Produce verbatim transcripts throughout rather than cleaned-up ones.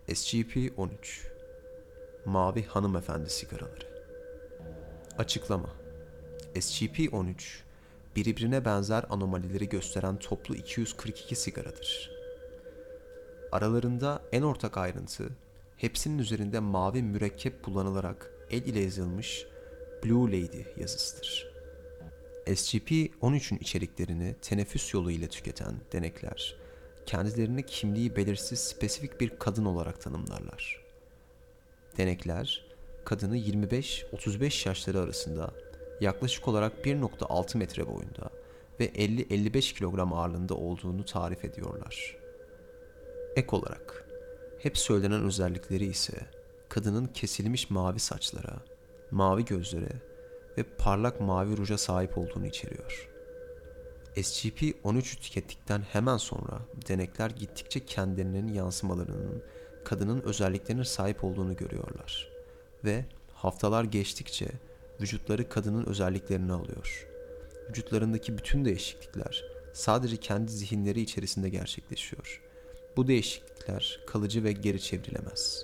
S G P on üç Mavi Hanımefendi Sigaraları. Açıklama: S G P on üç birbirine benzer anomalileri gösteren toplu iki yüz kırk iki sigaradır. Aralarında en ortak ayrıntı, hepsinin üzerinde mavi mürekkep kullanılarak el ile yazılmış Blue Lady yazısıdır. S G P on üçün içeriklerini teneffüs yolu ile tüketen denekler, kendilerini kimliği belirsiz spesifik bir kadın olarak tanımlarlar. Denekler, kadını yirmi beş otuz beş yaşları arasında, yaklaşık olarak bir nokta altı metre boyunda ve elli elli beş kilogram ağırlığında olduğunu tarif ediyorlar. Ek olarak, hep söylenen özellikleri ise kadının kesilmiş mavi saçlara, mavi gözlere ve parlak mavi ruja sahip olduğunu içeriyor. S G P on üçü tükettikten hemen sonra denekler gittikçe kendilerinin yansımalarının kadının özelliklerine sahip olduğunu görüyorlar ve haftalar geçtikçe vücutları kadının özelliklerini alıyor. Vücutlarındaki bütün değişiklikler sadece kendi zihinleri içerisinde gerçekleşiyor. Bu değişiklikler kalıcı ve geri çevrilemez.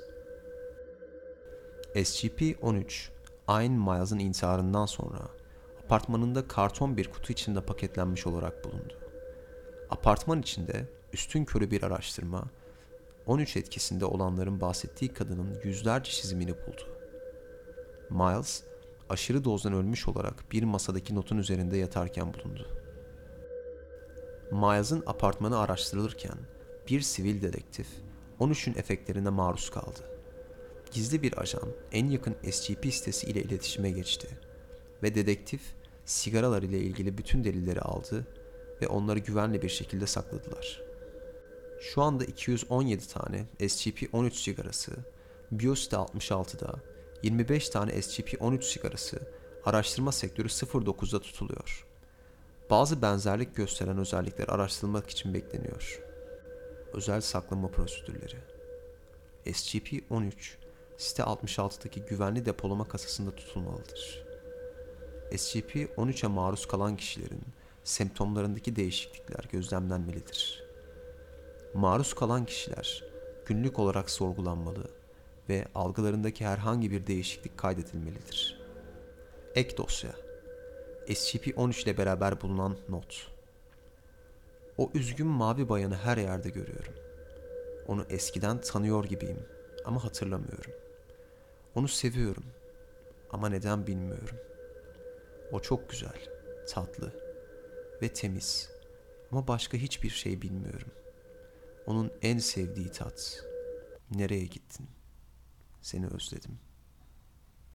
S G P on üç, Ayn Miles'ın intiharından sonra apartmanında karton bir kutu içinde paketlenmiş olarak bulundu. Apartman içinde üstünkörü bir araştırma, on üç etkisinde olanların bahsettiği kadının yüzlerce çizimini buldu. Miles, aşırı dozdan ölmüş olarak bir masadaki notun üzerinde yatarken bulundu. Miles'ın apartmanı araştırılırken bir sivil dedektif on üçün efektlerine maruz kaldı. Gizli bir ajan en yakın S G P sitesi ile iletişime geçti ve dedektif sigaralar ile ilgili bütün delilleri aldı ve onları güvenli bir şekilde sakladılar. Şu anda iki yüz on yedi tane S G P on üç sigarası, Biosite altmış altıda yirmi beş tane S G P on üç sigarası araştırma sektörü sıfır dokuzda tutuluyor. Bazı benzerlik gösteren özellikler araştırılmak için bekleniyor. Özel saklama prosedürleri. S G P on üç site altmış altıdaki güvenli depolama kasasında tutulmalıdır. S G P on üçe maruz kalan kişilerin semptomlarındaki değişiklikler gözlemlenmelidir. Maruz kalan kişiler günlük olarak sorgulanmalı ve algılarındaki herhangi bir değişiklik kaydedilmelidir. Ek dosya: S G P on üç ile beraber bulunan not. O üzgün mavi bayanı her yerde görüyorum. Onu eskiden tanıyor gibiyim ama hatırlamıyorum. Onu seviyorum ama neden bilmiyorum. O çok güzel, tatlı ve temiz ama başka hiçbir şey bilmiyorum. Onun en sevdiği tat. Nereye gittin? Seni özledim.